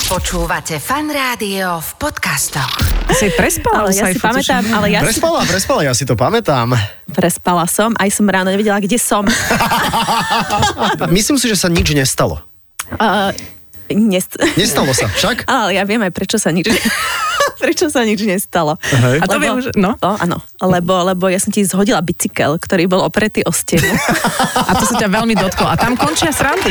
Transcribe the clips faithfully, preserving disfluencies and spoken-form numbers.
Počúvate Fan Rádio v podcastoch. Si prespala? Ale ja si pamätám, ale ja prespala, si... prespala, ja si to pamätám. Prespala som, aj som ráno nevedela, kde som. Myslím si, že sa nič nestalo. Uh, nest... Nestalo sa, však? Ale ja viem aj, prečo sa nič... prečo sa nič nestalo. Hej. A to viem, že... No? To, áno, lebo, lebo ja som ti zhodila bicykel, ktorý bol opretý o stenu. A to sa ťa veľmi dotklo. A tam končia srandy.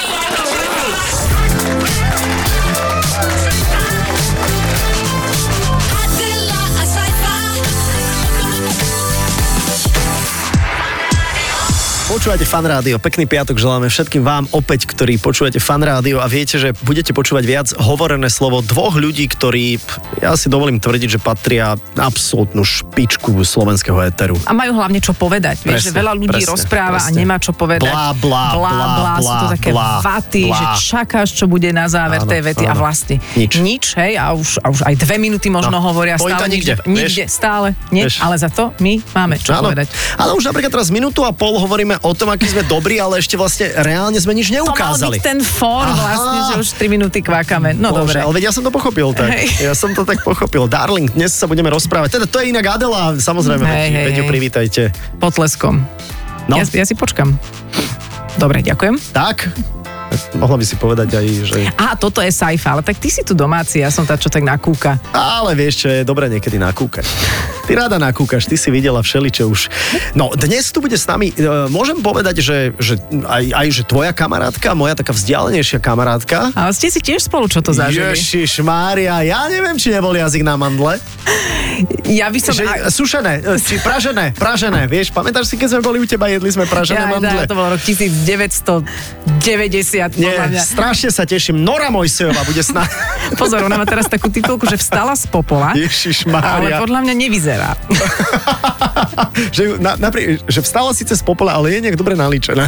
Počúvate Fan Rádio, pekný piatok želáme všetkým vám opäť, ktorí počúvate Fan Rádio a viete, že budete počúvať viac hovorené slovo dvoch ľudí, ktorí, ja si dovolím tvrdiť, že patria absolútnu špičku slovenského éteru. A majú hlavne čo povedať. Vieš, Presne, že veľa ľudí presne, rozpráva presne. a nemá čo povedať. Blá, blá, blá, blá, blá. Sú to blá, také blá, vaty, blá. že čakáš, čo bude na záver Áno, tej vety a áno. vlastne Nič. nič, hej, a už, a už aj dve minúty možno No, hovoria. pointa Stále nikde, nikde, nikde vieš. stále, nie, Vieš. ale za to my máme čo Áno, povedať. ale už napríklad teraz minútu a pol hovoríme o tom, aký sme dobrí, ale ešte vlastne reálne sme nič To mal neukázali. byť ten fór Aha. vlastne, že už tri minúty kvákame. No Bože, dobre. ale veď ja som to pochopil tak. Hej. Ja som to tak pochopil. Darling, dnes sa budeme rozprávať. Teda to je inak Adela, samozrejme. Hej, hej, Veď ju hej. privítajte. Potleskom. No. Ja, ja si počkam. Dobre, ďakujem. Tak? Mohla by si povedať aj, že... Aha, toto je sci-fi, ale tak ty si tu domáci, ja som tá, čo tak nakúka. Ale vieš čo, je dobré niekedy nakúkať. Ty rada nakúkaš, ty si videla všeličo už. No, dnes tu bude s nami, e, môžem povedať, že, že aj, aj že tvoja kamarátka, moja taká vzdialenejšia kamarátka. Ale ste si tiež spolu čo to zažili. Ježiš Mária, ja neviem, či nebol jazyk na mandle. Ja by som... Že, a- sušené, e, či pražené, pražené, vieš, pamätáš si, keď sme boli u teba, jedli sme pražené ja, mandle? ja, to bolo rok devätnásťstodeväťdesiat. Nie, podľa mňa. strašne sa teším. Nora Mojsejová bude s nami. Pozor, ona má teraz takú titulku, že vstala z popola, Ježiš ale Mária. podľa mňa nevyzerá. že, na, napríklad, že vstala síce z popola, ale je nejak dobre nalíčená.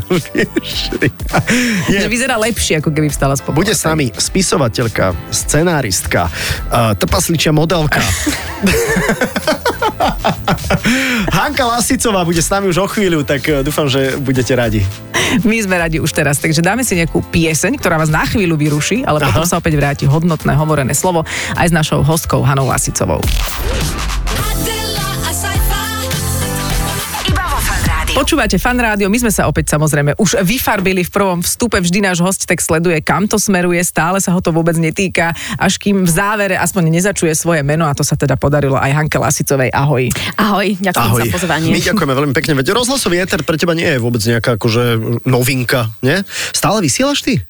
Že vyzerá lepšie, ako keby vstala z popola. Bude s nami spisovateľka, scenáristka, uh, trpasličia modelka. Hanka Lasicová bude s nami už o chvíľu, tak uh, dúfam, že budete radi. My sme radi už teraz, takže dáme si nejakú pieseň, ktorá vás na chvíľu vyruší, ale Aha. potom sa opäť vráti hodnotné hovorené slovo aj s našou hostkou Hanou Lasicovou. Iba vo Fan Rádiu. Počúvate Fan Rádio, my sme sa opäť samozrejme už vyfarbili v prvom vstupe, vždy náš host tak sleduje, kam to smeruje, stále sa ho to vôbec netýka, až kým v závere aspoň nezačuje svoje meno a to sa teda podarilo aj Hanke Lasicovej. Ahoj. Ahoj, ďakujem Ahoj. za pozvanie. My ďakujeme veľmi pekne. Veď rozhlasový éter pre teba nie je vôbec nejaká akože novinka, nie? Stále vysielaš ty?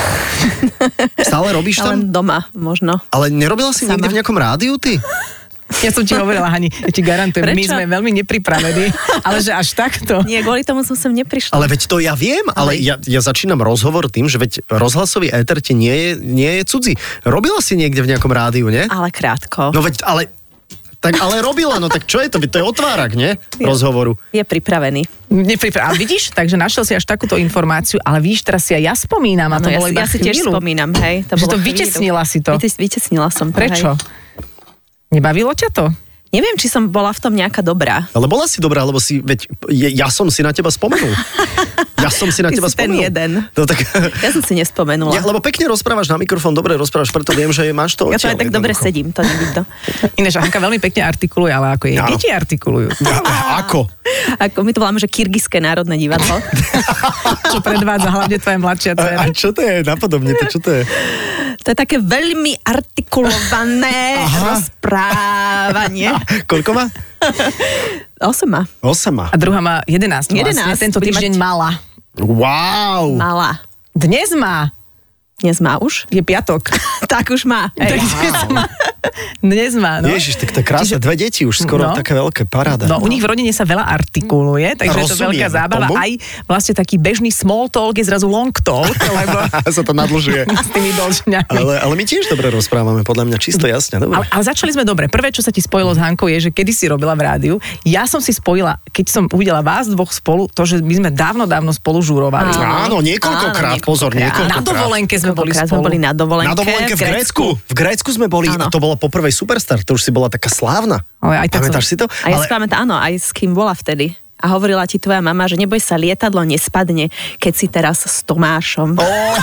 Stále robíš Len tam? doma, možno. Ale nerobila si Sama. nikdy v nejakom rádiu ty? Ja som ti hovorila, Hani, ja ti garantujem, my Prečo? sme veľmi nepripravení, ale že až takto. Nie, kvôli tomu som sem neprišla. Ale veď to ja viem, ale ja, ja začínam rozhovor tým, že veď rozhlasový éter ti nie je, nie je cudzí. Robila si niekde v nejakom rádiu, nie? Ale krátko. No veď, ale... Tak ale robila, no tak čo je to? To je otvárak, nie? Rozhovoru. Je pripravený. Nepripra- ale vidíš, takže našiel si až takúto informáciu, ale vidíš, teraz si aj ja spomínam a to Áno, ja, bolo si- iba ja si tiež chvíľu. spomínam, hej. Že to bolo chvíľu. vytesnila si to. Vytes- Vytesnila som to, Prečo? hej. Nebavilo ťa to? Neviem, či som bola v tom nejaká dobrá. Ale bola si dobrá, lebo si, veď je, ja som si na teba spomenul. Ja som si na Ty teba si ten spomenul. jeden. No tak... Ja som si nespomenula. Ja, lebo pekne rozprávaš na mikrofón, dobre rozprávaš, preto viem, že máš to Ja to odtiaľ aj tak dobre jednoducho. sedím, to nevidno. Ináč Hanka veľmi pekne artikuluje, ale ako jej Áno. deti artikulujú. Ja, ako? Ako my to voláme, že Kyrgyzské národné divadlo. Čo predvádza hlavne tvoja mladšia A, dcera. a čo to je napodobne? To, čo to je? To je také veľmi artikulované rozprávanie. Koľko má? Osem má. Osem má. A druhá má jedenásť. jedenásť, Vlastne. Tento bude týždeň mať- mala. Wow. Malá. Dnes má. Dnes má už? Je piatok. Tak už má. Hej. Dnes má. Dnes má, no. Ježiš, tak to je krásne. Čiže- Dve deti už skoro, No. také veľké, paráda. No, u nich v rodine sa veľa artikuluje, takže je to Rozumiem veľká zábava. tomu. Aj vlastne taký bežný small talk je zrazu long talk, lebo sa to nadlžuje. s tými dolžňami. Ale, ale my tiež dobre rozprávame, podľa mňa čisto jasne. Dobre. Ale, ale začali sme dobre. Prvé, čo sa ti spojilo s Hankou, je, že kedy si robila v rádiu. Ja som si spojila, keď som uvidela vás dvoch spolu, to, že my sme dávno, dávno spolu žúrovali. Áno, niekoľkokrát, Áno, pozor, Na niekoľkokrát. niekoľkokrát. dovolenke sme boli Koľkokrát spolu. sme boli na dovolenke. Na dovolenke v Grécku. V Grécku sme boli, Áno. a to bola poprvej Superstar, to už si bola taká slávna. Ale aj tak Pamätáš si to? A ja si pamätám, áno, aj s kým bola vtedy. a hovorila ti tvoja mama, že neboj sa, lietadlo nespadne, keď si teraz s Tomášom. Oh.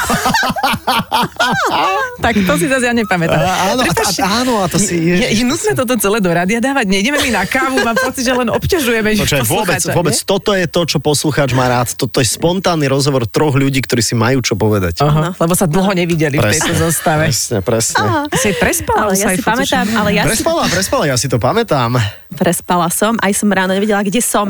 Tak to si zase ja nepamätám. A, áno, a, a, áno, a to si... Je, je nutné toto celé do rádia dávať. Nejdeme mi na kávu, mám pocit, že len obťažujeme Počkaj, vôbec, poslucháča. vôbec toto je to, čo poslucháč má rád. Toto je spontánny rozhovor troch ľudí, ktorí si majú čo povedať. Aha, lebo sa dlho nevideli v tejto zostave. Presne, presne. Aha. Si prespala? Ale ja si pamätám, ale ja si Prespala, prespala, ja si to pamätám. prespala som, aj som ráno nevedela, kde som.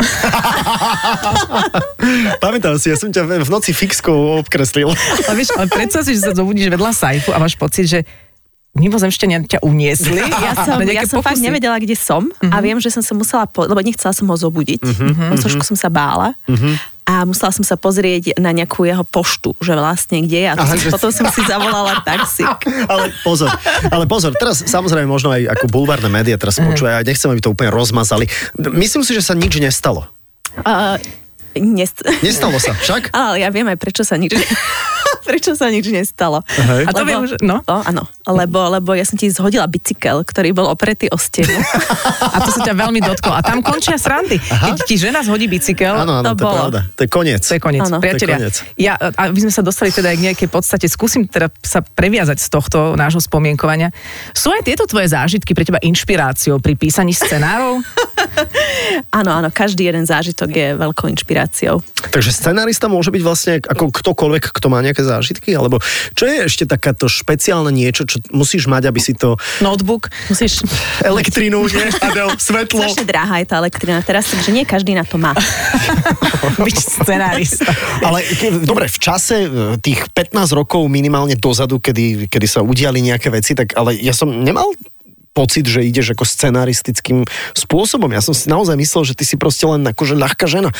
Pamätám si, ja som ťa v noci fixkou obkreslil. Ale vieš, ale predstav si, že sa zobudíš vedľa Saifu a máš pocit, že mimozemšťania ťa uniesli. Ja som, na ja nejaké som fakt pokusy. nevedela, kde som a viem, že som sa musela, po, lebo nechcela som ho zobudiť, uh-huh, trošku som sa bála. Uh-huh. A musela som sa pozrieť na nejakú jeho poštu, že vlastne kde je. A to Aha, som, že... potom som si zavolala taxík. Ale pozor, ale pozor, teraz samozrejme možno aj ako bulvárne médiá teraz počúvajú, ja nechcem, aby to úplne rozmazali. Myslím si, že sa nič nestalo. Uh, nest... Nestalo sa, však? Ale ja viem aj, prečo sa nič... prečo sa nič nestalo. Hej. A to viem, že... No? To, áno, lebo, lebo ja som ti zhodila bicykel, ktorý bol opretý o stenu. A to sa ťa veľmi dotklo. A tam končia srandy. Keď ti žena zhodí bicykel, Áno, áno, to, to je bolo. pravda. To je koniec. to je koniec. Áno. Priatelia, To je koniec. ja, aby sme sa dostali teda aj k nejakej podstate, skúsim teda sa previazať z tohto nášho spomienkovania. Sú aj tieto tvoje zážitky pre teba inšpiráciou pri písaní scenárov? Áno, áno, každý jeden zážitok je veľkou inšpiráciou. Takže scenárista môže byť vlastne ako ktokoľvek, kto má nejaké zážitky? Alebo čo je ešte takáto špeciálne niečo, čo musíš mať, aby si to... Notebook? Musíš... Elektrínu, nie? Adel, svetlo. Strašne drahá je tá elektrina teraz, takže nie každý na to má. byť scenárista. Ale ke- dobre, v čase e, tých pätnásť rokov minimálne dozadu, kedy, kedy sa udiali nejaké veci, tak ale ja som nemal pocit, že ideš ako scenaristickým spôsobom. Ja som si naozaj myslel, že ty si proste len akože ľahká žena.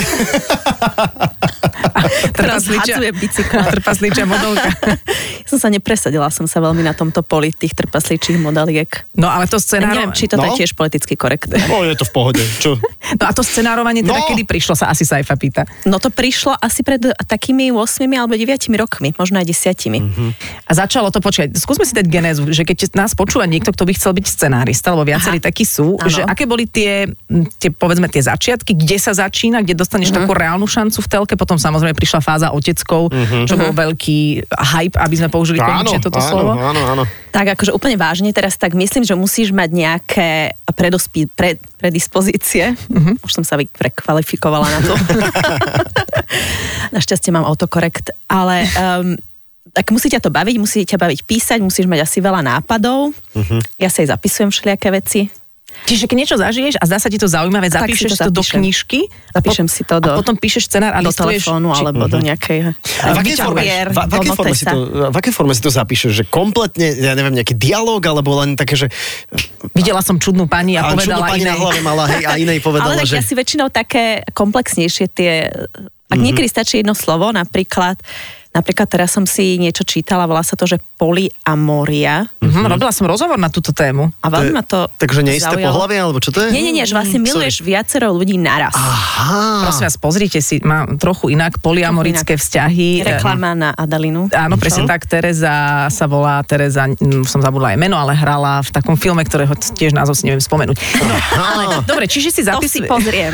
Teraz hadzuje bicykla. Trpaslíčia modelka. Ja som sa nepresadila, som sa veľmi na tomto poli tých trpaslíčích modeliek. No ale to Ja scenáro... neviem, či toto No. je tiež politicky korektné. No, je to v pohode. Čo? No a to scenárovanie teda No. kedy prišlo, sa asi Saifa pýta. No to prišlo asi pred takými ôsmimi alebo deviatimi rokmi, možno aj desiatimi. Mhm. A začalo to, počkať, skúsme si dať genézu, že keď nás počúva niekto, kto by chcel byť scenárista, lebo viacerí Aha. takí sú, Áno. že aké boli tie, tie, povedzme, tie začiatky, kde sa začína, kde dostaneš Mhm. takú reálnu šancu v telke, potom samozrejme prišla fáza oteckov, čo bol veľký hype, aby sme použili konečne toto áno, slovo. áno, áno. Tak akože úplne vážne teraz, tak myslím, že musíš mať nejaké predospí, pre, predispozície. Uh-huh. Už som sa vy- prekvalifikovala na to. Našťastie mám autokorekt. Ale um, tak musí ťa to baviť, musí ťa baviť písať, musíš mať asi veľa nápadov. Uh-huh. Ja sa aj zapisujem všelijaké veci. Čiže keď niečo zažiješ a zdá sa ti to zaujímavé, Tak si zapíšeš to to do zapíšem. knižky a, Zapíšem si to do- a potom píšeš scenár a Do listuješ. telefónu či- alebo do nejakej... A v akej forme, papier, v, v, akej do forme si notesa. to, v akej forme si to zapíšeš? Že kompletne, ja neviem, nejaký dialog, alebo len také, že... Videla som čudnú pani a Ale čudnú povedala pani na inej. hlave mala, hej, a inej povedala, Ale tak že... ja si väčšinou také komplexnejšie tie... Ak niekedy stačí jedno slovo, napríklad, napríklad teraz som si niečo čítala, volá sa to, že polyamoria. Mhm, robila som rozhovor na túto tému. A veľmi ma to Takže neisté zaujalo. pohlavie, alebo čo to je? Nie, nie, nie, že vlastne miluješ viacero ľudí naraz. Aha. Prosím vás, pozrite si, má trochu inak polyamorické vzťahy. Reklama na Adalinu. Áno, presne tak, Tereza sa volá, Tereza, mm, som zabudla aj meno, ale hrala v takom filme, ktorého tiež názov si neviem spomenúť. No, ale, dobre, čiže si To zapis... si pozriem.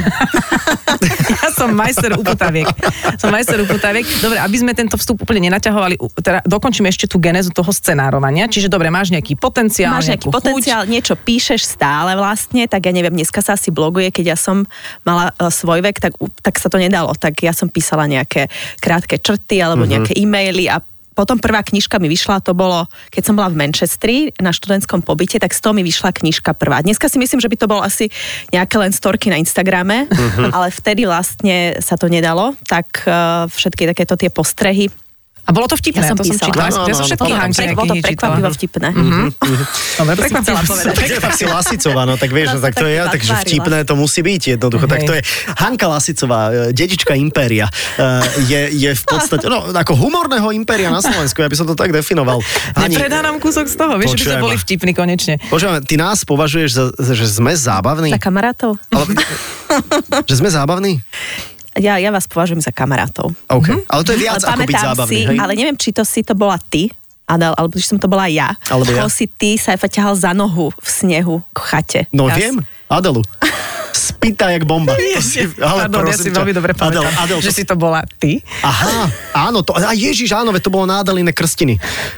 Ja som majster uputaviek. Som majster uputaviek. Dobre, aby sme tento vstup úplne nenaťahovali, u- teda dokončíme ešte tú genézu toho scenárovania. Čiže dobre, máš nejaký potenciál, Máš nejaký nejakú potenciál, niečo píšeš stále vlastne, tak ja neviem, dneska sa asi bloguje, keď ja som mala uh, svoj vek, tak, u- tak sa to nedalo. Tak ja som písala nejaké krátke črty alebo Mhm. nejaké e-maily a potom prvá knižka mi vyšla, to bolo, keď som bola v Manchestri na študentskom pobyte, tak z toho mi vyšla knižka prvá. Dneska si myslím, že by to bolo asi nejaké len storky na Instagrame, Mhm. ale vtedy vlastne sa to nedalo, tak uh, všetky takéto tie postrehy. A bolo to vtipné, Ja som to som písala. čítala. Áno, Ja som áno, všetky áno. Hanky Bolo to knihy čítala. prekvapivo vtipné. Dobre, To som prekvapivo. chcela povedať. Tak, tak si Lasicová, no tak vieš, Ona no, sa tak to tak je, iba takže tvárila. vtipné to musí byť jednoducho. Tak Hej. to je Hanka Lasicová, e, dedička impéria. E, Je, je v podstate, no ako humorného impéria na Slovensku, ja by som to tak definoval. Hani, Nepredá nám kúsok z toho, vieš, že by sme Počujem boli ma. vtipní konečne. Počúvame, ty nás považuješ, za, že sme zábavní? Za kamarátov? Ale, že sme zábavní? Ja, ja vás považujem za kamarátov. OK. Ale to je viac Ale ako byť pamätám zábavný, si, hej? ale neviem, či to si to bola ty, Adel, alebo či som to bola ja. Alebo ja. Koho si ty Saifa ťahal za nohu v snehu k chate. No Raz. viem, Adelu. spýta jak bomba. To si, ale Pardon, ja si ťa, veľmi dobre pamätám, Adel, Adel, že to... si to bola ty. Aha, áno, to, a Ježiš, áno, veď to bolo na Adeline krstiny.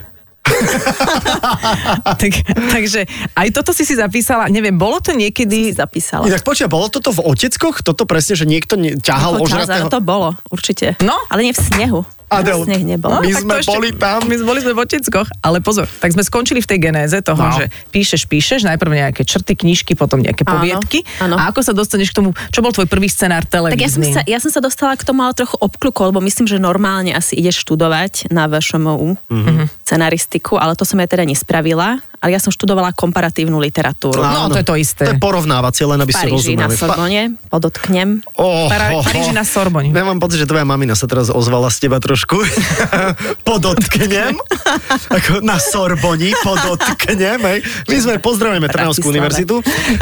tak, takže aj toto si si zapísala, neviem, bolo to niekedy... Si zapísala. Tak počuj, bolo toto v Oteckoch? Toto presne, že niekto ne, ťahal Ako čas, ožratého? to bolo, určite. No. Ale nie v snehu. Adel, Sneh nebol. my tak sme to ešte- boli tam. My boli sme v Oteckoch, ale pozor, tak sme skončili v tej genéze toho, No. že píšeš, píšeš, najprv nejaké črty, knižky, potom nejaké Áno, poviedky. áno. A ako sa dostaneš k tomu, čo bol tvoj prvý scenár Tak ja som, televízny? sa, ja som sa dostala k tomu ale trochu obklukol, lebo myslím, že normálne asi ideš študovať na vé š em ú mm-hmm. scenaristiku, ale to som ja teda nespravila. Ale ja som študovala komparatívnu literatúru. No, to je to isté. To je porovnávacie, len aby V ste Paríži na rozumeli. Sorbonne, podotknem. Oh, Para- oh, Paríži oh. na Sorbonne. Ja mám pocit, že tvoja mamina sa teraz ozvala z teba trošku. Podotknem. Ako na Sorboni, podotknem. Hej. My sme, pozdravujeme Trnavskú Bratislave. univerzitu.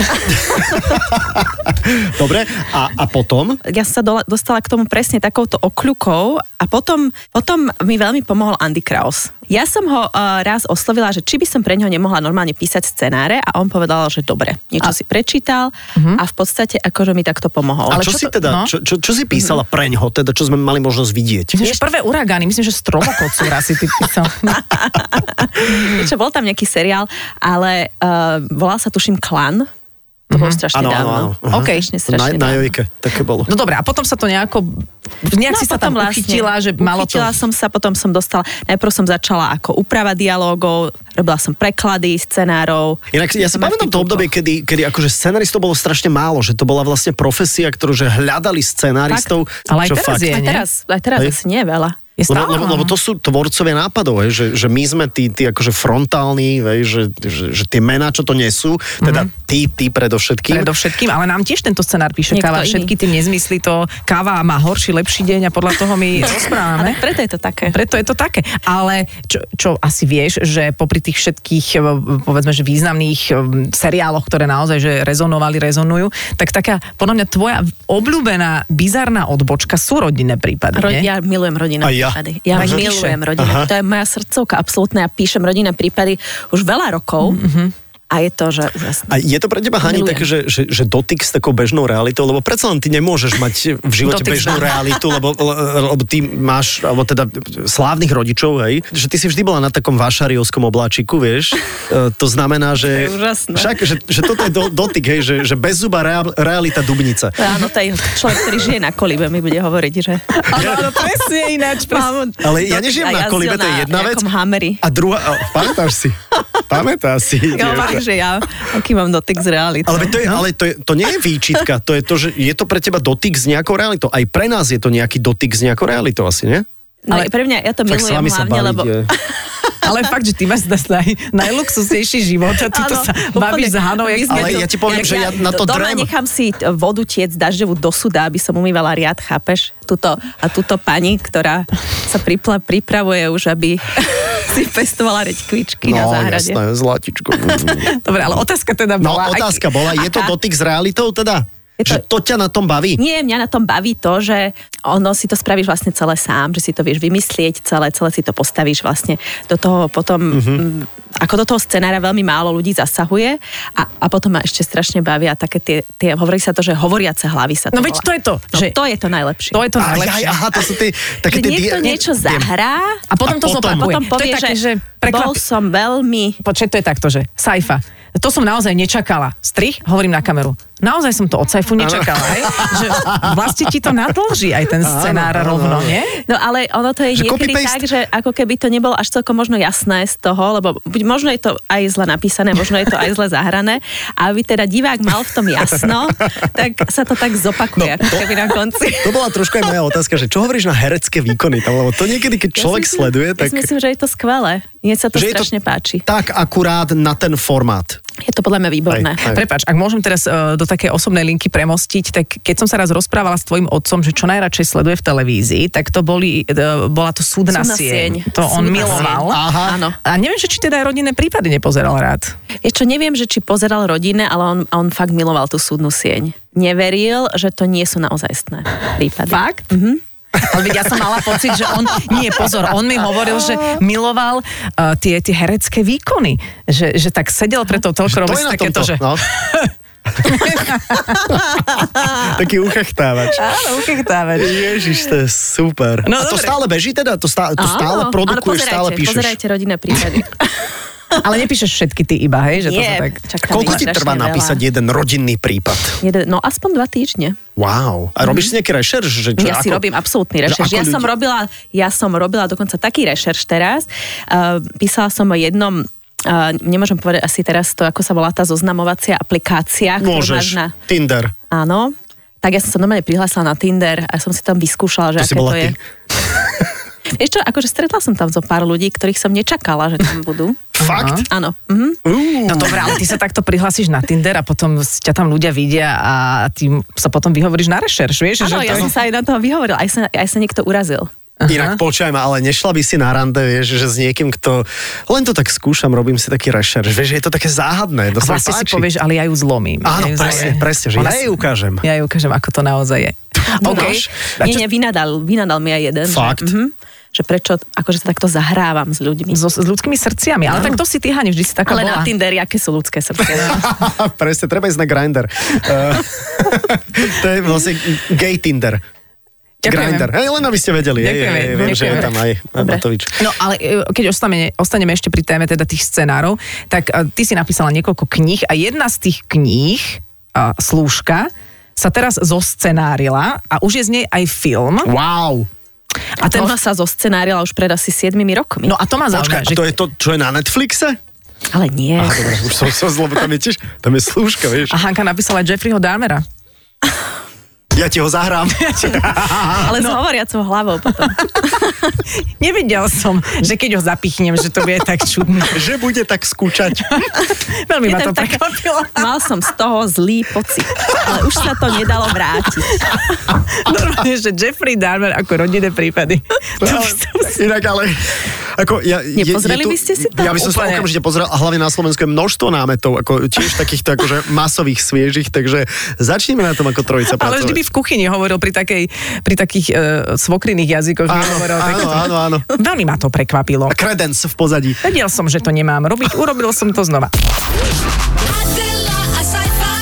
Dobre, a, a potom? Ja som sa dola, dostala k tomu presne takouto okľukou a potom, potom mi veľmi pomohol Andy Kraus. Ja som ho uh, raz oslovila, že či by som pre neho nemohla normálne písať scenáre a on povedal, že dobre, niečo a... si prečítal uh-huh. a v podstate akože mi takto pomohol. A Ale čo, čo si to- teda, no? čo, čo, čo si písala preňho, teda čo sme mali možnosť vidieť? Myslím, že prvé uragány, myslím, že stromokocúra si ty písal. Čo, bol tam nejaký seriál, ale uh, volal sa tuším Klan. To bolo strašne Áno, áno, dávno. áno. Aha. OK. Strašne, Na, strašne na dávno. Jojke, také bolo. No dobré, a potom sa to nejako, nejak No si a sa tam potom uchytila, že malo to... uchytila som sa, potom som dostala, najprv som začala ako úprava dialógov, robila som preklady scenárov. Inak ja si Som aj v pamätám to titulkoch. obdobie, kedy, kedy akože scenaristov bolo strašne málo, že to bola vlastne profesia, ktorú že hľadali scenaristov. Ale aj čo teraz fakt. je, Aj nie? teraz, aj teraz Hej. asi nie je veľa. Je Lebo, stále, lebo, no. lebo to sú tvorcovia nápadov, hej, že, že my sme tí, tí akože frontálni, hej, že, že, že tie mená, čo to nesú, teda Mhm. ty, ty predovšetkým. Predovšetkým, ale nám tiež tento scenár píše Niekto Káva. iný. Všetky tým nezmyslí to. Káva má horší, lepší deň a podľa toho my rozprávame. Ale preto je to také. Preto je to také. Ale čo, čo asi vieš, že popri tých všetkých, eh, povedzme, že významných eh, seriáloch, ktoré naozaj že rezonovali, rezonujú, tak taká, podľa mňa, tvoja obľúbená, bizarná odbočka sú rodinné prípady, Ro- nie? ja milujem rodinné A ja? prípady. Ja Tak milujem píše. rodinné. Aha. To je moja srdcovka absolútna. Ja píšem rodinné prípady už veľa rokov. Mm-hmm. A je to, že úžasné. A je to pre teba, Hani, Milujem. také, že, že, že dotyk s takou bežnou realitou, lebo predsa len ty nemôžeš mať v živote Dotyk s bežnú nami. realitu, lebo, lebo ty máš, alebo teda slávnych rodičov, hej, že ty si vždy bola na takom vašariovskom obláčiku, vieš, E, to znamená, že... To je úžasné. Však, že, že toto je do, dotyk, hej, že, že bez zuba rea, realita Dubnica. Áno, to je človek, ktorý žije na Kolibe, mi bude hovoriť, že... Áno, áno, presne ináč. Presne. Ale ja nežijem na Kolibe, to je jedna vec. Na Hammeri. A druhá, a, pamätáš si? Pamätáš si? Ja hovorím, že ja, aký mám dotyk s realitou. Ale, to, je, ale to, je, to nie je výčitka, to je to, že je to pre teba dotyk s nejakou realitou. Aj pre nás je to nejaký dotyk s nejakou realitou asi, nie? No, Ale- pre mňa, ja to Tak s milujem vami sa hlavne, baviť lebo... je. Ale fakt, že ty máš zase naj, najluxusnejší život a ty to Áno, sa úplne. bavíš s Hanou. Jak My sme Ale tu- ja ti poviem, jak že ja na to doma drem. nechám si t- vodu tiec dažďovú do suda, aby som umývala riad, chápeš? Tuto, a túto pani, ktorá sa pripla, pripravuje už, aby si pestovala reďkvičky na No, záhrade. jasné, zlatičko. Dobre, ale otázka teda No, bola... aj- otázka bola, je to Aká? dotyk s realitou teda? Je to- Že to ťa na tom baví? Nie, mňa na tom baví to, že ono si to spravíš vlastne celé sám, že si to vieš vymyslieť, celé, celé si to postavíš vlastne do toho potom, mm-hmm. ako do toho scenára veľmi málo ľudí zasahuje a, a potom ma ešte strašne bavia také tie, tie, hovorí sa to, že hovoriace hlavy sa to No veď volá. to je to, No, že... to je to najlepšie. To je to Aj, aj, najlepšie. aha, to sú tie, také Že tie... niekto die- niečo tie- zahrá A potom A to potom- zopakuje. potom povie, to je také, že, že prekvap... bol som veľmi... Počkaj, to je takto, že Saifa. To som naozaj nečakala. Strih, hovorím na kameru. Naozaj som to od Saifu nečakala, hej? Že vlastne ti to nadlží aj ten scenár áno, rovno, áno. nie? No ale ono to je Že niekedy copy-paste. tak, že ako keby to nebolo až celkom možno jasné z toho, lebo buď možno je to aj zle napísané, možno je to aj zle zahrané, a aby teda divák mal v tom jasno, tak sa to tak zopakuje, No, ako to- keby na konci. To bola trošku aj moja otázka, že čo hovoríš na herecké výkony tam, lebo to niekedy, keď človek Ja si myslím, sleduje, Ja tak... si myslím, že je to skvelé. Mne sa to že je strašne páči. tak akurát na ten formát. Je to podľa mňa výborné. Aj. Prepač, ak môžem teraz uh, do takej osobnej linky premostiť, tak keď som sa raz rozprávala s tvojim otcom, že čo najradšej sleduje v televízii, tak to boli, uh, bola to Súdna Súdna sieň. sieň. To on Súdna miloval. sieň. Aha. Áno. A neviem, že či teda aj rodinné prípady nepozeral rád. Vieš čo, neviem, že či pozeral rodine, ale on, on fakt miloval tú súdnu sieň. Neveril, že to nie sú naozajstné prípady. Fakt? Mhm. Ale veď ja som mala pocit, že on, nie, pozor, on mi hovoril, že miloval uh, tie, tie herecké výkony. Že, že tak sedel pre to To toľko je na takéto, tomto, že... no. Taký uchechtávač. Áno, uchechtávač. Ježiš, to je super. No, a to dobre. stále beží teda? To stále, to stále Áno, produkuješ, áno, stále pozerajte, píšeš? Pozerajte rodinné prípady. Ale nepíšeš všetky ty iba, hej? Že to Nie, sa tak... čak tam Koľko je ti strašne trvá veľa. napísať jeden rodinný prípad? Jeden, no aspoň dva týždne. Wow. A robíš si nejaký rešerš? Že čo, Ja si ako- robím absolútny že rešerš. ako Ja som, ľudia- robila, ja som robila dokonca taký rešerš teraz. Uh, písala som o jednom, uh, nemôžem povedať asi teraz to, ako sa volá tá zoznamovacia aplikácia. ktorú máš Môžeš. na... Tinder. Áno. Tak ja som sa normálne prihlásila na Tinder a som si tam vyskúšala, že To si aké bola to je. ty. Vieš čo, akože stretla som tam zo pár ľudí, ktorých som nečakala, že tam budú. Fakt? Áno. Mhm. Uh. No dobré, ale ty sa takto prihlásiš na Tinder a potom ťa tam ľudia vidia a ty sa potom vyhovoríš na rešerš, vieš? Áno, že ja to som sa aj na toho vyhovorila, aj sa, aj sa niekto urazil. Inak počuj ma, ale nešla by si na rande, vieš, že s niekým, kto... Len to tak skúšam, robím si taký rešerš, vieš, že je to také záhadné, to A sa mi vlastne si páči. povieš, ale ja ju zlomím. Áno, ja ju presne, zlomím. presne, že Ona ja si- jej ukážem. Ja jej ukážem, ako to naozaj je. No, OK. A Nie, čo- nie, vynadal, vynadal mi aj jeden. Fakt? Že, mhm, že prečo, akože sa takto zahrávam s ľuďmi. So, s ľudskými srdciami, ale tak to si ty, Hani, vždy si taká Ale bola. na Tinderi, aké sú ľudské srdce. Presne, treba ísť na Grindr. Uh, to je vlastne gay Tinder. Ďakujeme. Grindr. Hej, len aby ste vedeli. Hej, Ďakujeme, hej, hej, viem, že je ďakujeme. tam aj Matovič. No ale e, keď ostaneme, ostaneme ešte pri téme teda tých scenárov, tak e, ty si napísala niekoľko kníh a jedna z tých kníh, a, Slúžka, sa teraz zoscenárila a už je z nej aj film. Wow. A ten, Ona sa zoscenárila už pred asi siedmimi rokmi. no a to ma Počkaj, a zaujíma, že... to je to, čo je na Netflixe? Ale nie. Aha, dobre, už som sa zlobo, tam je tiež, tam je slúžka, vieš. A Hanka napísala Jeffreyho Dahmera. Ja ti ho zahrám. Ale s hovoriacou hlavou potom. Nevedel som, že keď ho zapichnem, že to bude tak čudné. Že bude tak skúčať. Veľmi ma Je to tak- prekvapilo. Mal som z toho zlý pocit. Ale už sa to nedalo vrátiť. Normálne, že Jeffrey Dahmer ako rodinné prípady. To by som si- Inak ale... Ako ja, je- Nepozreli je tu- by ste si to? Ja by som sa Úplne. okamžite pozrel a hlavne na Slovensku je množstvo námetov, ako tiež takýchto akože masových, sviežich, takže začneme na tom ako trojica Ale vždy by pracovať. v kuchyni hovoril pri, takej, pri takých uh, svokrinných jazykoch. Áno, hovoril áno, takéto. áno, áno. Veľmi ma to prekvapilo. A credence v pozadí. Vedel som, že to nemám robiť, urobil som to znova. Adela, a sci-fi.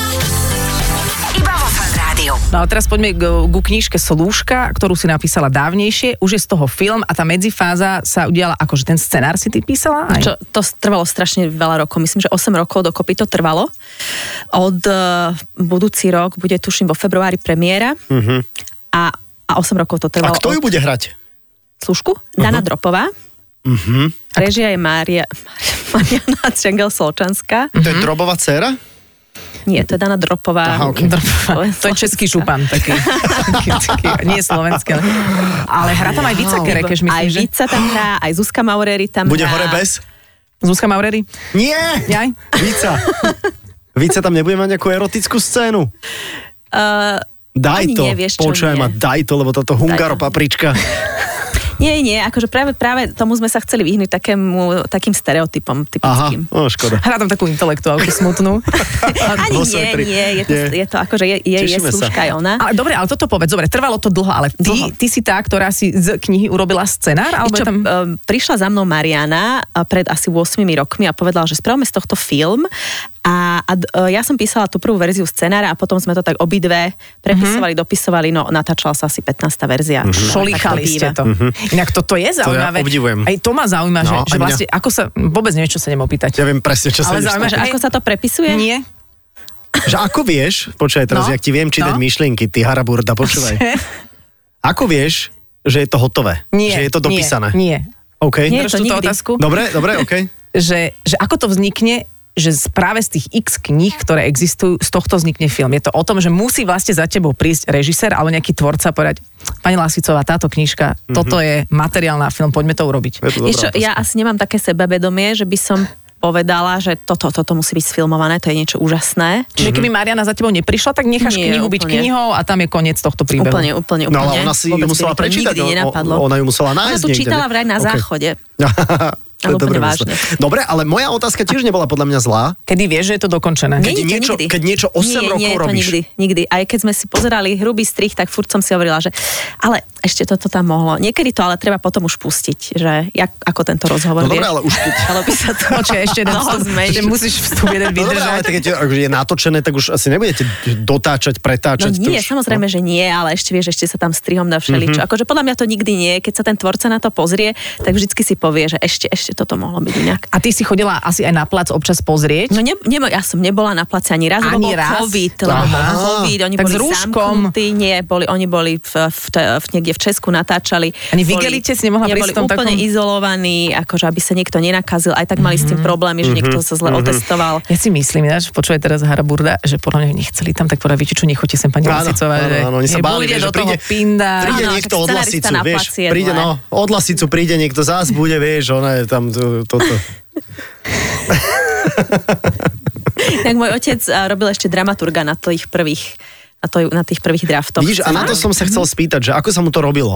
Iba vo Fan Rádiu. No a teraz poďme k, ku knižke Slúžka, ktorú si napísala dávnejšie. Už je z toho film a tá medzifáza sa udiala, akože ten scenár si ty písala? Aj? Čo, to trvalo strašne veľa rokov. Myslím, že osem rokov dokopy to trvalo. Od uh, budúci rok bude, tuším, vo februári premiéra. Uh-huh. A, a osem rokov to A trvalo. kto ju od bude hrať? Služku? Dana uh-huh. Dropová. Uh-huh. Režia je Mária, Mariana Čengel-Solčanská. To je Drobová dcéra? Nie, to je Dana Dropová. Aha, ok. To je český šupan taký. taký, taký nie slovenský. Ale, ale hrá tam aj Vica Kerekeš, Aj myslím, že? Vica tam hrá, aj Zuzka Maureri tam Bude hrá. hore bez? Zuzka Maureri? Nie! Jaj? Vica. Vica tam nebude mať nejakú erotickú scénu? Uh, Daj Ani to, nie, vieš čo, počujem nie. ma, daj to, lebo táto hungaro to. paprička. nie, nie, akože práve, práve tomu sme sa chceli vyhnúť takému, takým stereotypom Aha, typickým. no škoda. Hrá tam takú intelektuálku smutnú. Ani vo nie, svetri. nie, je to, Nie. je to akože je, je, je Tešíme sa. slúžka aj ona. Ale dobre, ale toto povedz, dobre, trvalo to dlho, ale ty, Dlho. ty si tá, ktorá si z knihy urobila scenár? Alebo Čo, je tam... um, prišla za mnou Mariana uh, pred asi ôsmimi rokmi a povedala, že spravíme z tohto film a, a uh, ja som písala tú prvú verziu scenára a potom sme to tak obidve prepisovali, Mhm. dopisovali, no natáčala sa asi pätnásta verzia. Šolíchali ste to. Inak toto je zaujímavé. obdivujem. Aj to ma zaujíma, že, No, že aj mňa. vlastne, ako sa, vôbec neviem, čo sa idem opýtať. Ja viem presne, čo sa Ale ideš zaujíma, že spýtať. Ako sa to prepisuje? Nie. Že ako vieš, počúvaj teraz, No, jak ti viem čítať no. myšlienky, ty haraburda, počúvaj. Ako vieš, že je to hotové? Nie. Že je to dopísané? Nie. nie. OK. Nie. Drž to túto nikdy. otázku. Dobre, dobre, OK. Že, že ako to vznikne, že z- práve z tých x kníh, ktoré existujú, z tohto vznikne film. Je to o tom, že musí vlastne za tebou prísť režisér alebo nejaký tvorca a povedať, pani Lásicová, táto knižka, mm-hmm. toto je materiál na film, poďme to urobiť. Je to Vieš čo, dobrá ja asi nemám také sebavedomie, že by som povedala, že toto, toto musí byť sfilmované, to je niečo úžasné. Čiže keby Mariana za tebou neprišla, tak necháš Nie, knihu byť úplne. knihou a tam je koniec tohto príbehu. Úplne, úplne, úplne. No ale ona si ju Vôbec musela by mi to prečítať. Nikdy o- o- nenapadlo. Ona ju musela Ona nájsť tu niekde. čítala vraj na OK. záchode. Ale dobre úplne mysle. vážne. Dobre, ale moja otázka tiež nebola podľa mňa zlá. Kedy vieš, že je to dokončené? Keď Nie, nie, niečo- nikdy. keď niečo osem nie, rokov nie, to robíš. nikdy, nikdy. Aj keď sme si pozerali hrubý strih, tak furt som si hovorila, že ale ešte toto tam mohlo. Niekedy to ale treba potom už pustiť, že jak, ako tento rozhovor, No vieš. dobre, ale už keď... Dalo by sa to... Počkaj, ešte jeden Mnoho vstup, zmeniť. ešte musíš vstup jeden No dobre, ale vydržať. tak keď je natočené, tak už asi nebudete dotáčať, No pretáčať. to nie, už- samozrejme, že nie, ale ešte vieš, ešte sa tam strihom dá všeličo. Mhm. Mm-hmm. Akože podľa mňa to nikdy nie. Keď sa ten tvorca na to pozrie, tak vždycky si povie, že ešte, ešte toto mohlo byť inak. A ty si chodila asi aj na plac občas pozrieť? No ne, ne, ja som nebola na place ani raz, lebo Ani bol raz? COVID, lebo Aha. bol COVID, oni Tak boli s rúškom. zamknutí, nie, boli, oni boli v, v, v, niekde v Česku natáčali. Ani v Boli- igelite si nemohla nie, prísť boli v tom úplne takom- izolovaní, akože aby sa niekto nenakazil, aj tak mali s tým problémy, že niekto sa zle otestoval. Ja si myslím, ináč, počúvaj teraz Haraburda, že podľa mňa nechceli tam tak povedať, viete čo, nechoďte sem pani Áno, Lasicová, áno, že áno, oni sa je, báli, bude vieš, do že príde- toho pinda. Príde Áno, niekto však od scenarista Lasicu, na vieš, placi je príde, zlé. no, od Lasicu príde niekto, zás bude, vieš, ona je tam to- toto. Tak môj otec a, robil ešte dramaturga na tých prvých, na, to, na tých prvých draftoch. Vidíš, a na to som sa chcel spýtať, že ako sa mu to robilo?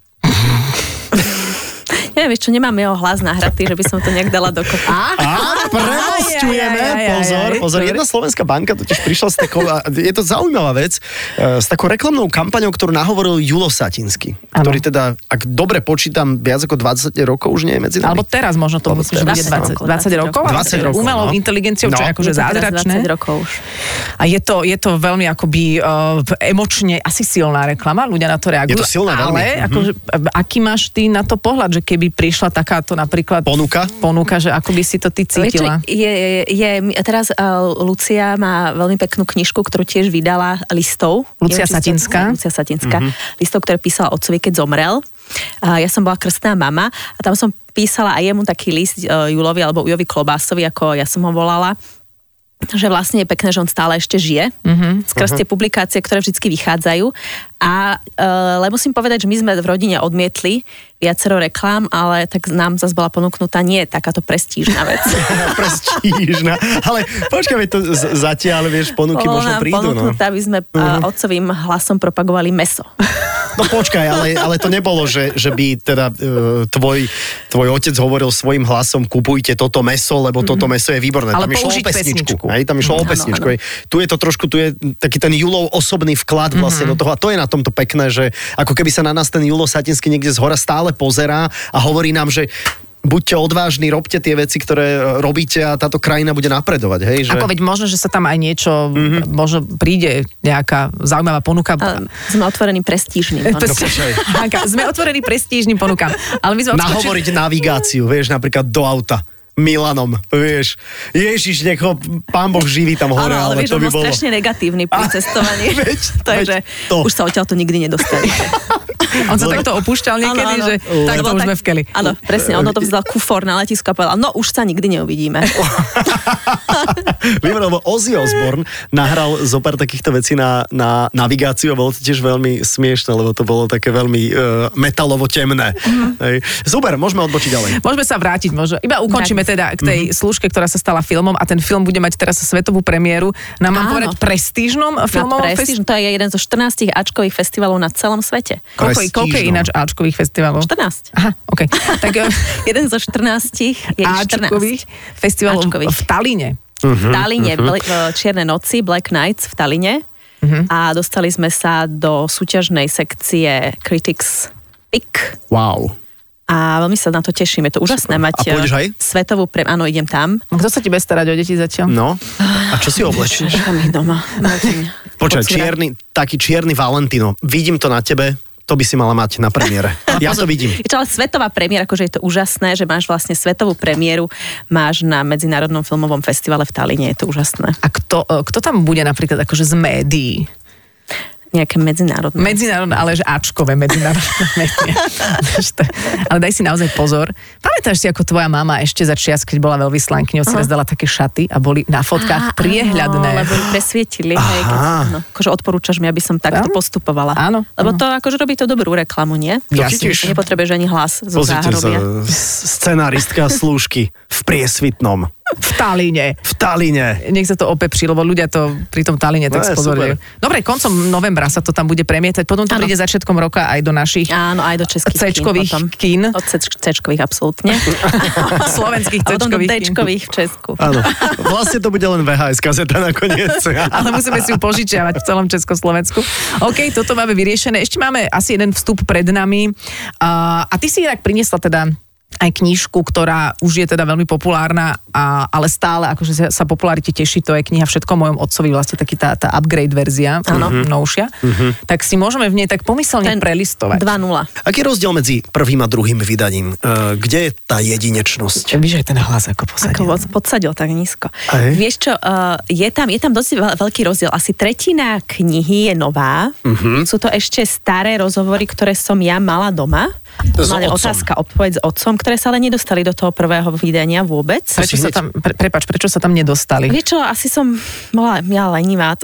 Neviem, vieš čo, nemám jeho hlas nahratý, že by som to nejak dala dokopy. Á, premostujeme, Aj, aj, aj, aj, pozor, aj, pozor, dobre. jedna slovenská banka totiž prišla s takou, a je to zaujímavá vec, e, s takou reklamnou kampaňou, ktorú nahovoril Julo Satinsky, Áno. ktorý teda, ak dobre počítam, viac ako dvadsať rokov už nie je medzi nami. Alebo teraz možno to Alebo myslím, že teraz. bude dvadsať, dvadsať rokov. dvadsať rokov, Umelou no. inteligenciou, čo No. je akože Je to teraz zázračné. dvadsať rokov už. A je to, je to veľmi akoby uh, emočne asi silná reklama, ľudia na to reagujú. Je to silné veľmi. Ale Mhm. akože, aký máš ty na to pohľad, že keby prišla takáto napríklad Ponuka? ponuka, že ako by si to ty cítila? Vieš, čo, je, je, je, teraz uh, Lucia má veľmi peknú knižku, ktorú tiež vydala listov. Lucia Neviem, či ste- Satinská. Lucia Satinská. Mhm. Mm-hmm. Listov, ktoré písala otcovi, keď zomrel. Uh, ja som bola krstná mama a tam som písala aj jemu taký list uh, Julovi alebo Ujovi Klobásovi, ako ja som ho volala, že vlastne je pekné, že on stále ešte žije. Mm-hmm. Skrz tie publikácie, ktoré vždycky vychádzajú. A e, ale musím povedať, že my sme v rodine odmietli viacero reklám, ale tak nám zase bola ponúknutá nie takáto prestížna vec. Prestížna. Ale počkaj, to z- zatiaľ, vieš, ponuky Bolo možno nám prídu, no. ponúknuté, aby sme uh-huh. otcovým hlasom propagovali mäso. No počkaj, ale, ale to nebolo, že, že by teda e, tvoj, tvoj otec hovoril svojim hlasom, kupujte toto mäso, lebo toto mäso je výborné. Ale tam išlo o použiť pesničku. pesničku. Hej, tam išlo o Áno, pesničku. áno. hej. Tu je to trošku, tu je taký ten Julov osobný vklad vlastne do toho a to je na tomto pekné, že ako keby sa na nás ten Julo Satinský niekde zhora stále pozerá a hovorí nám, že buďte odvážni, robte tie veci, ktoré robíte a táto krajina bude napredovať. Hej, že... Ako veď možno, že sa tam aj niečo, mm-hmm. možno príde nejaká zaujímavá ponuka. Ale sme otvorení prestížnym. To áno. si- Hanka, sme otvorení prestížnym ponukám. Ale my sme odskočili- Nahovoriť navigáciu, vieš, napríklad do auta. Milanom, vieš. Ježiš, nech ho pán Boh živí tam hore, Áno, ale ale vieš, to on by bol bolo... strašne negatívny pri Á, cestovaní. veď, Takže veď to. už sa odtiaľ to nikdy nedostali. On sa takto opúšťal niekedy, Áno, áno. že takto Lebo už tak- sme v keli. Áno, presne, on to vzdal kufor na letisku a povedal, no už sa nikdy neuvidíme. Viem, lebo Ozzy Osbourne nahral zo pár takýchto vecí na, na navigáciu a bolo to tiež veľmi smiešne, lebo to bolo také veľmi uh, metalovo temné. Mhm. Hej. Super, môžeme odbočiť ďalej. Môžeme sa vrátiť možno. Iba ukončíme teda k tej služke, ktorá sa stala filmom a ten film bude mať teraz svetovú premiéru. Nám mám Áno. povedať prestížnom filmovom Prestíž, to je jeden zo štrnástich Ačkových festivalov na celom svete. Koľko, koľko je Prestížnom. ináč Ačkových festivalov? štrnásť. Aha, OK. Tak eh, Jeden zo štrnástich je Ačkových štrnásť. festivalov Ačkových. v Taline. V Taline, Bl- v Čierne noci, Black Nights v Taline. A dostali sme sa do súťažnej sekcie Critics Pick. Wow. A veľmi sa na to teším. Je to úžasné mať A pôjdeš eh, aj? svetovú pre... Áno, idem tam. Kto sa ti bude starať o deti zatiaľ? No, a čo si oblečieš? Nechám ich doma. Počkaj, Podsúra. čierny, taký čierny Valentino. Vidím to na tebe, to by si mala mať na premiére. Ja to vidím. Je to ale svetová premiéra, akože je to úžasné, že máš vlastne svetovú premiéru, máš na Medzinárodnom filmovom festivale v Taline, je to úžasné. A kto, eh, kto tam bude napríklad akože z médií? Nejaké medzinárodné. Medzinárodné, ale že Ačkové medzinárodné médiá. Ale daj si naozaj pozor. Pamätáš si, ako tvoja mama ešte za čias, keď bola veľvyslankyňou, si raz dala také šaty a boli na fotkách Á, priehľadné. Áno, lebo ju presvietili. Hej, keď, no, akože odporúčaš mi, aby som takto Áno. postupovala. Áno, Lebo áno. to akože robí to dobrú reklamu, nie? To Jasne. tiež. Nepotrebuješ ani hlas zo Pozrite sa, záhrobia. scenaristka slúžky v priesvitnom. V Talíne. V Talíne. Nech sa to opepří, lebo ľudia to pri tom Talíne tak No je, spozorujú. Dobre, koncom novembra sa to tam bude premietať, potom to Áno. príde začiatkom roka aj do našich Áno, aj do českých C-čkových kín. kín. Od C-čkových, absolútne. Slovenských A potom do C-čkových kín. D-čkových v Česku. Áno. Vlastne to bude len vé há es kazeta nakoniec. Ale musíme si ju požičiavať v celom Československu. OK, toto máme vyriešené. Ešte máme asi jeden vstup pred nami. A, a ty si inak priniesla teda aj knižku, ktorá už je teda veľmi populárna, a, ale stále akože sa, sa popularite teší, to je kniha Všetko o mojom otcovi, vlastne taký tá, tá upgrade verzia, áno, novšia. Uh-huh. Tak si môžeme v nej tak pomyselne Ten prelistovať. dva nula. Aký je rozdiel medzi prvým a druhým vydaním? Uh, kde je tá jedinečnosť? Víš, aj ten hlas ako posadil. Ako pod- podsadil tak nízko. Aj. Vieš čo, uh, je, tam, je tam dosť veľ- veľký rozdiel. Asi tretina knihy je nová. Uh-huh. Sú to ešte staré rozhovory, ktoré som ja mala doma. S Normálne otcom. otázka, odpoveď s otcom, ktoré sa ale nedostali do toho prvého vydania vôbec. Prečo sa tam, pre, prepáč, prečo sa tam nedostali? Vieš čo, asi som bola ja lenivá.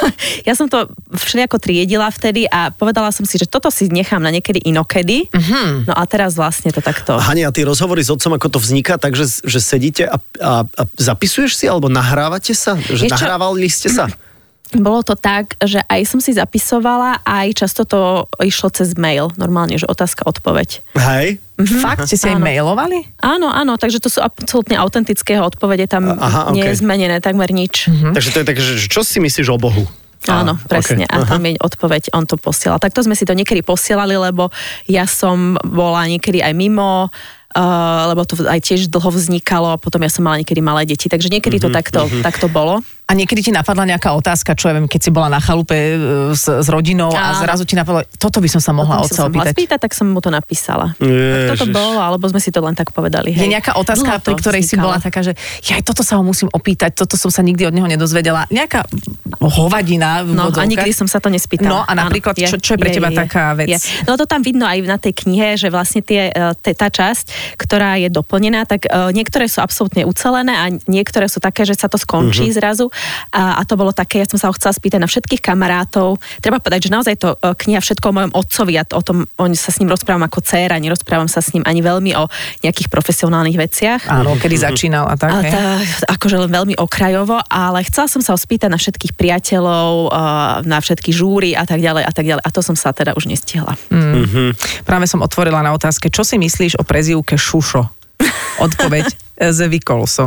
Ja som to všelijako triedila vtedy a povedala som si, že toto si nechám na niekedy inokedy. Uh-huh. No a teraz vlastne to takto. Hani, a ty rozhovory s otcom, ako to vzniká, takže že sedíte a, a, a zapisuješ si, alebo nahrávate sa? Že Vieš čo? nahrávali ste sa? Bolo to tak, že aj som si zapisovala, aj často to išlo cez mail. Normálne, že otázka, odpoveď. Hej? Mm-hmm. Fakt, ste si aj Áno. mailovali? Áno, áno, takže to sú absolútne autentické odpovede, tam Aha, nie je okej. zmenené takmer nič. Mhm. Takže to je také, že čo si myslíš o Bohu? Áno, Á, presne. okay. A tam je odpoveď, on to posielal. Takto sme si to niekedy posielali, lebo ja som bola niekedy aj mimo, uh, lebo to aj tiež dlho vznikalo, a potom ja som mala niekedy malé deti, takže niekedy to takto, takto bolo. A niekedy ti napadla nejaká otázka, čo ja viem, keď si bola na chalupe e, s, s rodinou a Áno. zrazu ti napadlo, toto by som sa mohla Potom otca som sa mohla opýtať. spýtať, tak som mu to napísala. Tak toto Ježiš. bolo, alebo sme si to len tak povedali. Je Hej. nejaká otázka, Dlho to pri ktorej si vznikalo. bola taká, že ja aj toto sa ho musím opýtať, toto som sa nikdy od neho nedozvedela. Nejaká hovadina v No a úvodzovkách. nikdy som sa to nespýtala. No a napríklad, Áno, čo- čo je pre teba taká vec? Je. No to tam vidno aj na tej knihe, že vlastne tie, e, te, tá časť, ktorá je doplnená, tak uh, niektoré sú absolútne ucelené a niektoré sú také, že sa to skončí uh-huh. zrazu. A, a to bolo také, ja som sa ho chcela spýtať na všetkých kamarátov. Treba povedať, že naozaj to uh, kniha Všetko o mojom otcovi, ja o tom on sa s ním rozprávam ako dcéra, nerozprávam sa s ním ani veľmi o nejakých profesionálnych veciach. Áno, kedy začínal a tak. A hej. tá, akože len veľmi okrajovo, ale chcela som sa ho spýtať na všetkých priateľov, uh, na všetky žúry a tak ďalej a tak ďalej. A to som sa teda už nestihla. Mm. Mm-hmm. Práve som otvorila na otázke, čo si myslíš o prezývke Šušo? Odpoveď s vykolsom.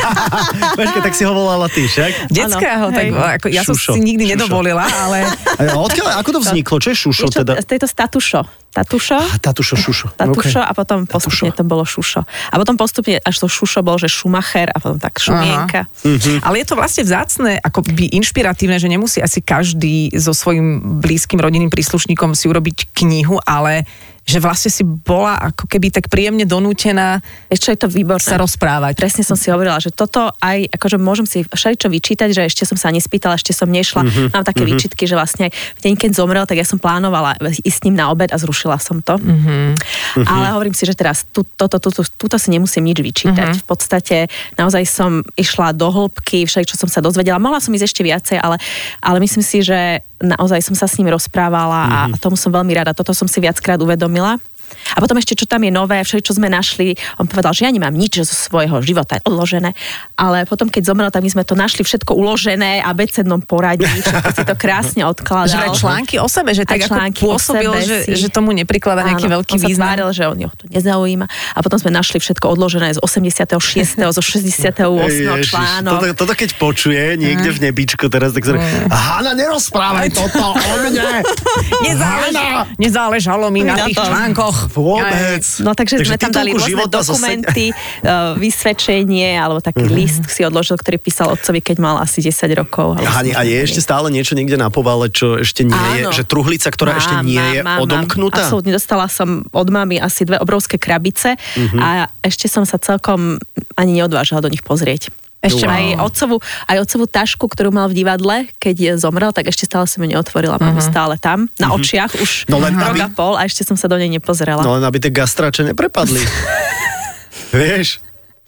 Počkaj, tak si ho volala ty, však? Detského, Áno, tak hej. ako, ja som Šušo. si nikdy Šušo. nedovolila, ale A odkiaľ, ako to vzniklo? Čo je Šušo Vieš čo, teda? z tejto statušo. Tatušo, A Tatušo, Šušo. Tatušo Okay. a potom postupne to bolo Šušo. A potom postupne až to Šušo bolo, že Schumacher a potom tak Šumienka. Mhm. Ale je to vlastne vzácne, ako by inšpiratívne, že nemusí asi každý so svojím blízkym rodinným príslušníkom si urobiť knihu, ale že vlastne si bola ako keby tak príjemne donútená Vieš čo, je to výborné. sa rozprávať. Presne som si hovorila, že toto aj, akože môžem si všeličo vyčítať, že ešte som sa nespýtala, ešte som nešla. Mhm, Mám také výčitky, že vlastne aj v deň, keď zomrel, tak ja som plánovala ísť s ním na obed a zrušila som to. Mhm. Ale hovorím si, že teraz tu, toto, tuto, tuto si nemusím nič vyčítať. V podstate naozaj som išla do hĺbky, všeličo som sa dozvedela. Mohla som ísť ešte viacej, ale, ale myslím si, že naozaj som sa s ním rozprávala a tomu som veľmi rada. Toto som si viackrát uvedomila. A potom ešte, čo tam je nové, všetko, čo sme našli, on povedal, že ja nemám nič zo svojho života odložené, ale potom, keď zomrel, tak my sme to našli všetko uložené a v abecednom poradí, všetko si to krásne Že odkladal. aj články o sebe, že tak Aj ako články o pôsobil, sebe že, si- že tomu neprikladá nejaký Áno, veľký on sa význam. tváril, že on ho to nezaujíma. A potom sme našli všetko odložené z osemdesiateho šiesteho zo šesťdesiateho ôsmeho Ježiš, článok. toto, toto keď počuje niekde v nebičku teraz, tak sa Hana, nerozprávaj toto o mne! Nezálež, Hana! nezáležalo mi na Na tých tom. článkoch. Vôbec. No takže, Takže sme ty tam dali toľko rôzne života zase- dokumenty, uh, vysvedčenie, alebo taký Mhm. list si odložil, ktorý písal otcovi, keď mal asi desať rokov. alebo Hani, a je možno ešte menej. stále niečo niekde na povale, čo ešte nie je? Áno. Že truhlica, ktorá Mám, ešte nie mám, je mám, odomknutá? Mám. Absolútne, dostala som od mamy asi dve obrovské krabice Mhm. a ešte som sa celkom ani neodvážila do nich pozrieť. Ešte Aj wow. otcovú, aj otcovú tašku, ktorú mal v divadle, keď je zomrel, tak ešte stále som ju neotvorila. Mám ju stále tam, na očiach už No len rok aby- a pol a ešte som sa do nej nepozerala. No len aby tie gastrače neprepadli. Vieš?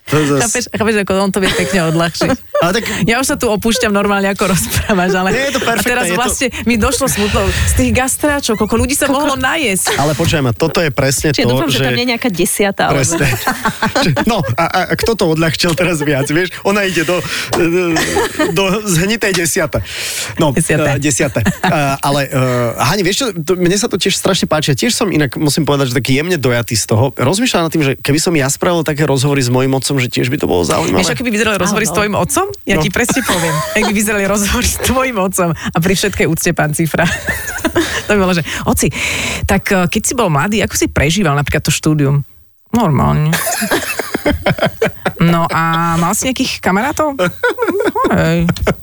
Chápeš, chápeš, ako on to vie pekne odľahčiť. Ale tak... Ja už sa tu opúšťam normálne, ako rozprávaš, ale... Nie, je to perfektné, a teraz je to- vlastne mi došlo smutno z tých gastráčov, koľko ľudí sa mohlo najesť. Ale počujem ma, toto je presne Čiže to, dúfam, že... že... tam nie je nejaká desiatá. alebo- Presne. No, a, a, a kto to odľahčil teraz viac, vieš? Ona ide do, do zhnitej desiate. No, Desiate. uh, desiate. Uh, ale, uh, Hani, vieš čo, to, mne sa to tiež strašne páči. Ja tiež som inak, musím povedať, že taký jemne dojatý z toho. Rozmýšľam nad tým, že keby som ja spravil také rozhovory s mojím otcom, že tiež by to bolo zaujímavé. Vieš, ako by vyzerali rozhovory s Áno. tvojim otcom? Ja No. ti presne poviem. Jak by vyzerali rozhovory s tvojim otcom a pri všetkej úcte, pán Cifra. To by bolo, že oci, tak eh, keď si bol mladý, ako si prežíval napríklad to štúdium? Normálne. No a mal si nejakých kamarátov? Hej.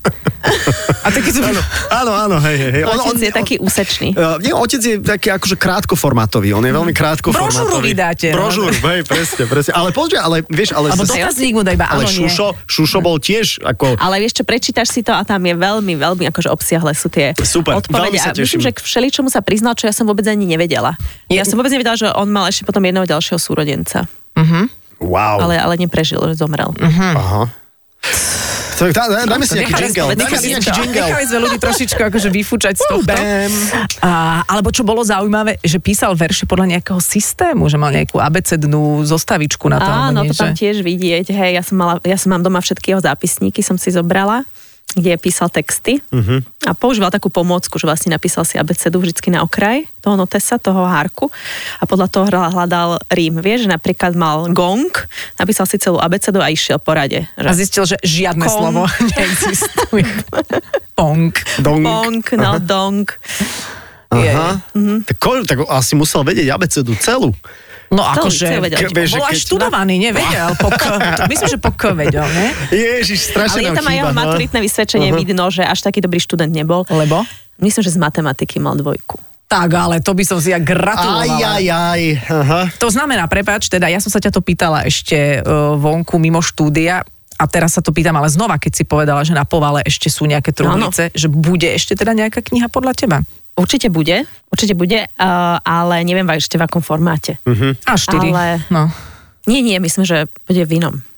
A taký to... Áno, áno, áno, hej, hej. hej. Otec je taký úsečný. Uh, nie, otec je taký akože krátkoformátový, on je veľmi krátkoformátový. Brožúru vydáte, no. Brožúru, hej, presne, presne. Ale pozri, ale vieš, ale... Alebo sa- dotazník mu daj iba, ale áno, nie. Šušo, Šušo bol tiež ako... Ale vieš čo, prečítaš si to a tam je veľmi, veľmi akože obsiahle sú tie Super, veľmi odpovede. sa A myslím, teším. že k všeličomu sa priznal, čo ja som vôbec ani nevedela. Ja som vôbec nevedela, že on mal ešte potom jedného ďalšieho súrodenca. Wow. Ale, ale neprežil, že zomrel. Aha. Tak dá, dá, dáme si nejaký Nechali jingle. sme- Dáme nechali si nejaký sme- jingle. Nechali sme ľudí trošičku akože vyfúčať z tohto. Bam. A, alebo čo bolo zaujímavé, že písal verše podľa nejakého systému, že mal nejakú abecednú zostavičku na to. Áno, alebo to tam niečo. tiež vidieť. Hej, ja som, mala, ja som mám doma všetky jeho zápisníky, som si zobrala, kde písal texty uh-huh. a používal takú pomôcku, že vlastne napísal si abecedu vždycky na okraj toho notesa, toho hárku a podľa toho hľadal rím. Vieš, že napríklad mal gong, napísal si celú abecedu a išiel po rade. Že A zistil, že žiadne Kong. slovo neexistuje. Pong. Dong. Pong, no dong. Aha. Tak, koľ, tak asi musel vedieť abecedu celú. No To akože, chcel vedieť. ke- Vieš, že bol až keď- študovaný, nevedel. Po K, myslím, že po K vedel, ne? Ježiš, strašne Ale je nám tam aj chýba, jeho no. maturitné vysvedčenie Aha. vidno, že až taký dobrý študent nebol. Lebo? Myslím, že z matematiky mal dvojku. Tak, ale to by som si ja Aj, gratulovala. aj, aj. Aha. To znamená, prepáč, teda ja som sa ťa to pýtala ešte uh, vonku mimo štúdia a teraz sa to pýtam, ale znova, keď si povedala, že na povale ešte sú nejaké truhlice, že bude ešte teda nejaká kniha podľa teba? Určite bude, určite bude, uh, ale neviem ešte v akom formáte. A štyri. Ale- No. Nie, nie, myslím, že bude v inom.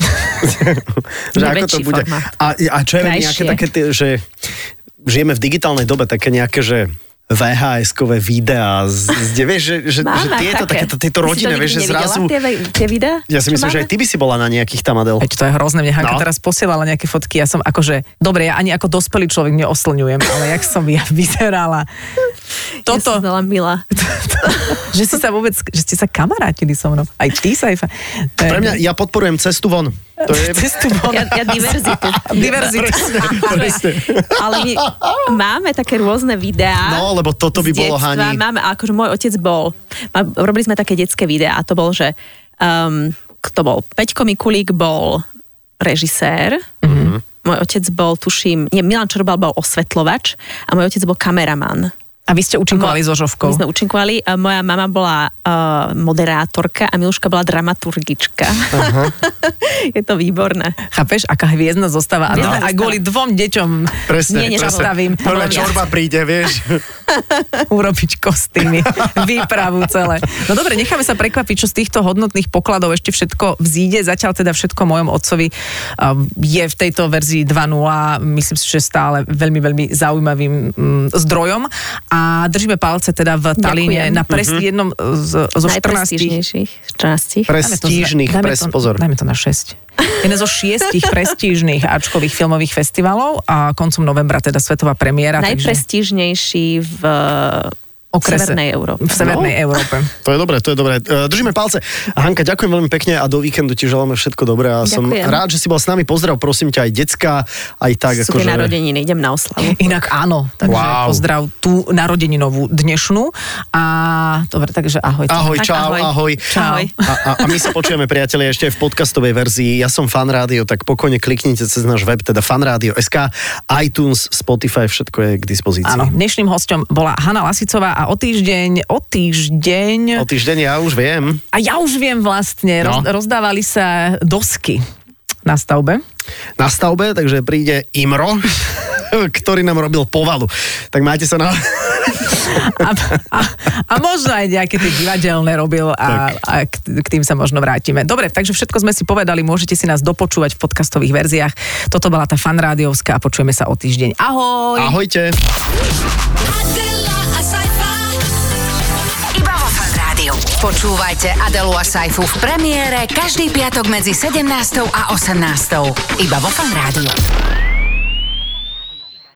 Že Bude ako to väčší bude. formát. A, a čo je Krajšie. nejaké také, tie, že žijeme v digitálnej dobe, také nejaké, že vé há eskové videá, z, z, vieš, že, že, že Máme tieto, také. takéto, tieto Ty si rodiny, to vieš, že nikdy zrazu... nevidela, Tie, tie videá? Ja si Čo myslím, že máme? aj ty by si bola na nejakých tamadel. Veď to je hrozné, mne Hanka No. teraz posielala nejaké fotky, ja som akože, dobre, ja ani ako dospelý človek neoslňujem, ale jak som ja vyzerala. Ja Toto, som dala Mila. že ste sa vôbec, že ste sa kamarátili so mnou. Aj ty, Saifa. Pre mňa, ja podporujem cestu von. To je... Cestu von. Ja, ja diverzitu. Diverzita. Presne. Ale my máme také rôzne videá. No, lebo toto by z bolo, detstva. Hani. Máme, akože môj otec bol, má, robili sme také detské videá a to bol, že um, kto bol? Peťko Mikulík bol režisér, mm-hmm. môj otec bol, tuším, nie, Milan Čorbal bol osvetľovač a môj otec bol kameraman. A vy ste účinkovali so Žovkou. My sme účinkovali. A moja mama bola uh, moderátorka a Miluška bola dramaturgička. Je to výborné. Chápeš, aká hviezdna zostáva. A Hviezdna no, aj zostáva. kvôli dvom deťom Presne, nie presne. nezastavím. Prvé čorba príde, vieš. Urobiť kostýmy, výpravu celé. No dobre, necháme sa prekvapiť, čo z týchto hodnotných pokladov ešte všetko vzíde. Zatiaľ teda všetko mojom otcovi uh, je v tejto verzii dva nula. Myslím si, že stále veľmi, veľmi zaujímavým mm, zdrojom. A držíme palce teda v Talíne Ďakujem. na presne jednom z, zo štrnástich. Najprestížnejších. štrnástich. Prestížnych, Dajme to- pres, pozor. Dajme to na šesť. Jeden zo šiestich prestížnych áčkových filmových festivalov a koncom novembra teda svetová premiéra. takže Najprestížnejší v okrese- Severnej Európe. V Severnej No. Európe. To je dobré, to je dobré. E, Držíme palce. A Hanka, ďakujem veľmi pekne a do víkendu ti želáme všetko dobré. A som Ďakujem. rád, že si bol s nami. Pozdrav, prosím ťa, aj decka, aj tak. Sú akože... tie narodeniny, idem na oslavu. Inak áno, takže Wow. pozdrav tú narodeninovú dnešnú. A dobre, takže ahoj. Ahoj, Tak čau, ahoj. ahoj. Ahoj. A, a, a my sa počujeme, priatelia, ešte aj v podcastovej verzii. Ja som Fan Rádio, tak pokojne kliknite cez náš web, teda fanradio bodka es ká, iTunes, Spotify, všetko je k dispozícii. Áno, dnešným hosťom bola Hana Lasicová a o týždeň, o týždeň... O týždeň ja už viem. A ja už viem vlastne, No. roz, rozdávali sa dosky na stavbe. Na stavbe, takže príde Imro, ktorý nám robil povalu. Tak majte sa na... A, a, a možno aj nejaké tie divadelné robil a, a k, k tým sa možno vrátime. Dobre, takže všetko sme si povedali, môžete si nás dopočúvať v podcastových verziách. Toto bola tá fanrádiovská a počujeme sa o týždeň. Ahoj! Ahojte! Iba vo Fan Rádiu. Počúvajte Adelu a Saifu v premiére každý piatok medzi sedemnástou a osemnástou. Iba vo Fan Rádiu.